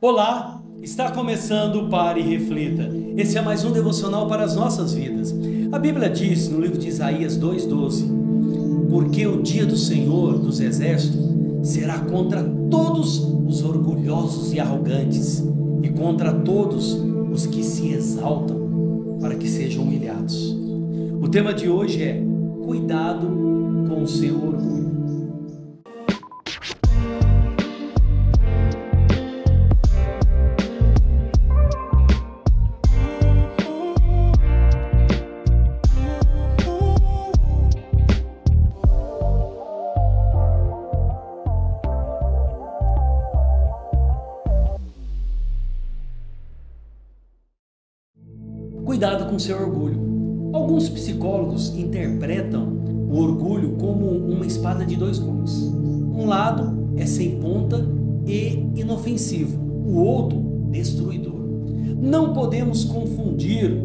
Olá, está começando o Pare e Reflita. Esse é mais um devocional para as nossas vidas. A Bíblia diz no livro de Isaías 2,12: porque o dia do Senhor dos Exércitos será contra todos os orgulhosos e arrogantes e contra todos os que se exaltam para que sejam humilhados. O tema de hoje é cuidado com o seu orgulho. Cuidado com seu orgulho. Alguns psicólogos interpretam o orgulho como uma espada de dois gumes. Um lado é sem ponta e inofensivo, o outro destruidor. Não podemos confundir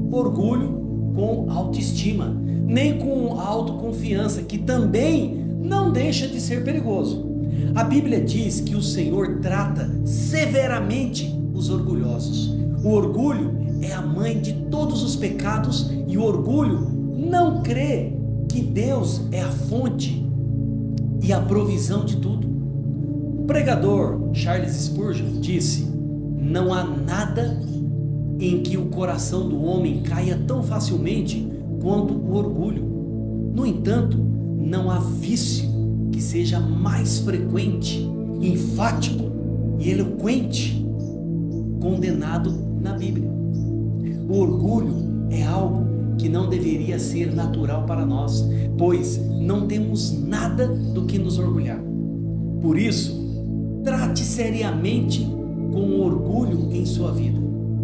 orgulho com autoestima, nem com autoconfiança, que também não deixa de ser perigoso. A Bíblia diz que o Senhor trata severamente os orgulhosos. O orgulho é a mãe de todos os pecados e o orgulho não crê que Deus é a fonte e a provisão de tudo. O pregador Charles Spurgeon disse: não há nada em que o coração do homem caia tão facilmente quanto o orgulho. No entanto, não há vício que seja mais frequente, enfático e eloquente condenado na Bíblia. O orgulho é algo que não deveria ser natural para nós, pois não temos nada do que nos orgulhar. Por isso, trate seriamente com o orgulho em sua vida.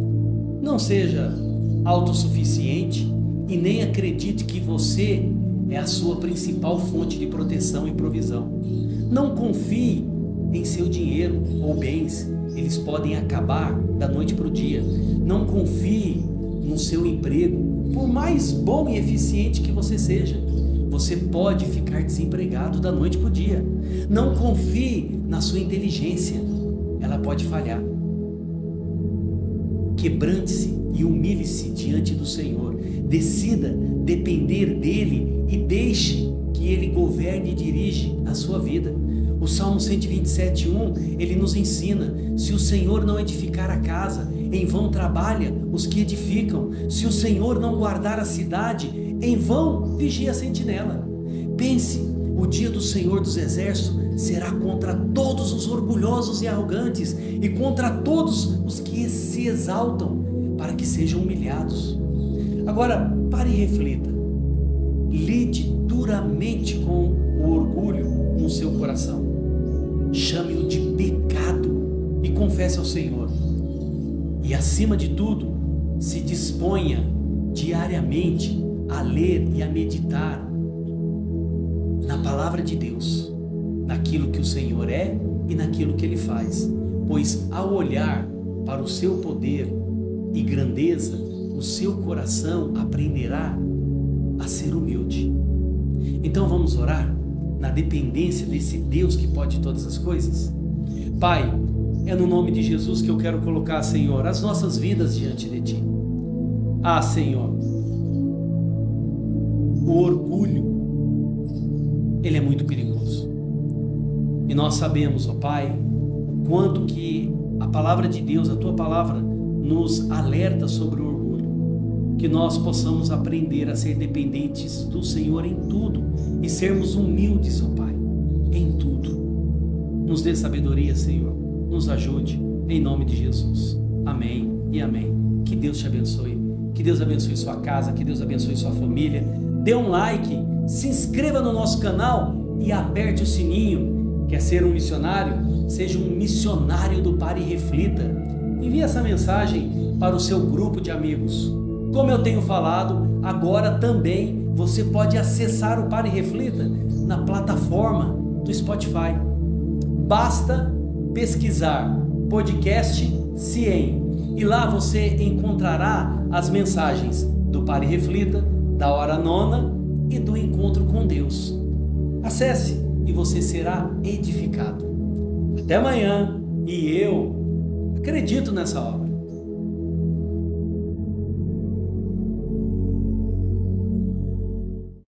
Não seja autossuficiente e nem acredite que você é a sua principal fonte de proteção e provisão. Não confie em seu dinheiro ou bens, eles podem acabar da noite para o dia. Não confie no seu emprego, por mais bom e eficiente que você seja, você pode ficar desempregado da noite para o dia. Não confie na sua inteligência, ela pode falhar. Quebrante-se e humilhe-se diante do Senhor, decida depender dele e deixe que ele governe e dirige a sua vida. O Salmo 127:1, ele nos ensina: se o Senhor não edificar a casa, em vão trabalha os que edificam. Se o Senhor não guardar a cidade, em vão vigia a sentinela. Pense, o dia do Senhor dos Exércitos será contra todos os orgulhosos e arrogantes e contra todos os que se exaltam para que sejam humilhados. Agora, pare e reflita. Lide duramente com o orgulho no seu coração. Chame-o de pecado e confesse ao Senhor. E acima de tudo, se disponha diariamente a ler e a meditar na palavra de Deus, naquilo que o Senhor é e naquilo que Ele faz. Pois ao olhar para o seu poder e grandeza, o seu coração aprenderá a ser humilde. Então vamos orar na dependência desse Deus que pode todas as coisas? Pai, é no nome de Jesus que eu quero colocar, Senhor, as nossas vidas diante de Ti. Ah, Senhor, o orgulho, ele é muito perigoso. E nós sabemos, ó Pai, o quanto que a palavra de Deus, a Tua palavra, nos alerta sobre o orgulho. Que nós possamos aprender a ser dependentes do Senhor em tudo e sermos humildes, ó Pai, em tudo. Nos dê sabedoria, Senhor. Nos ajude, em nome de Jesus. Amém e amém. Que Deus te abençoe. Que Deus abençoe sua casa, que Deus abençoe sua família. Dê um like, se inscreva no nosso canal e aperte o sininho. Quer ser um missionário? Seja um missionário do Pare e Reflita. Envie essa mensagem para o seu grupo de amigos. Como eu tenho falado, agora também você pode acessar o Pare e Reflita na plataforma do Spotify. Basta pesquisar podcast CIEM e lá você encontrará as mensagens do Pare e Reflita, da Hora Nona e do Encontro com Deus. Acesse e você será edificado. Até amanhã e eu acredito nessa obra.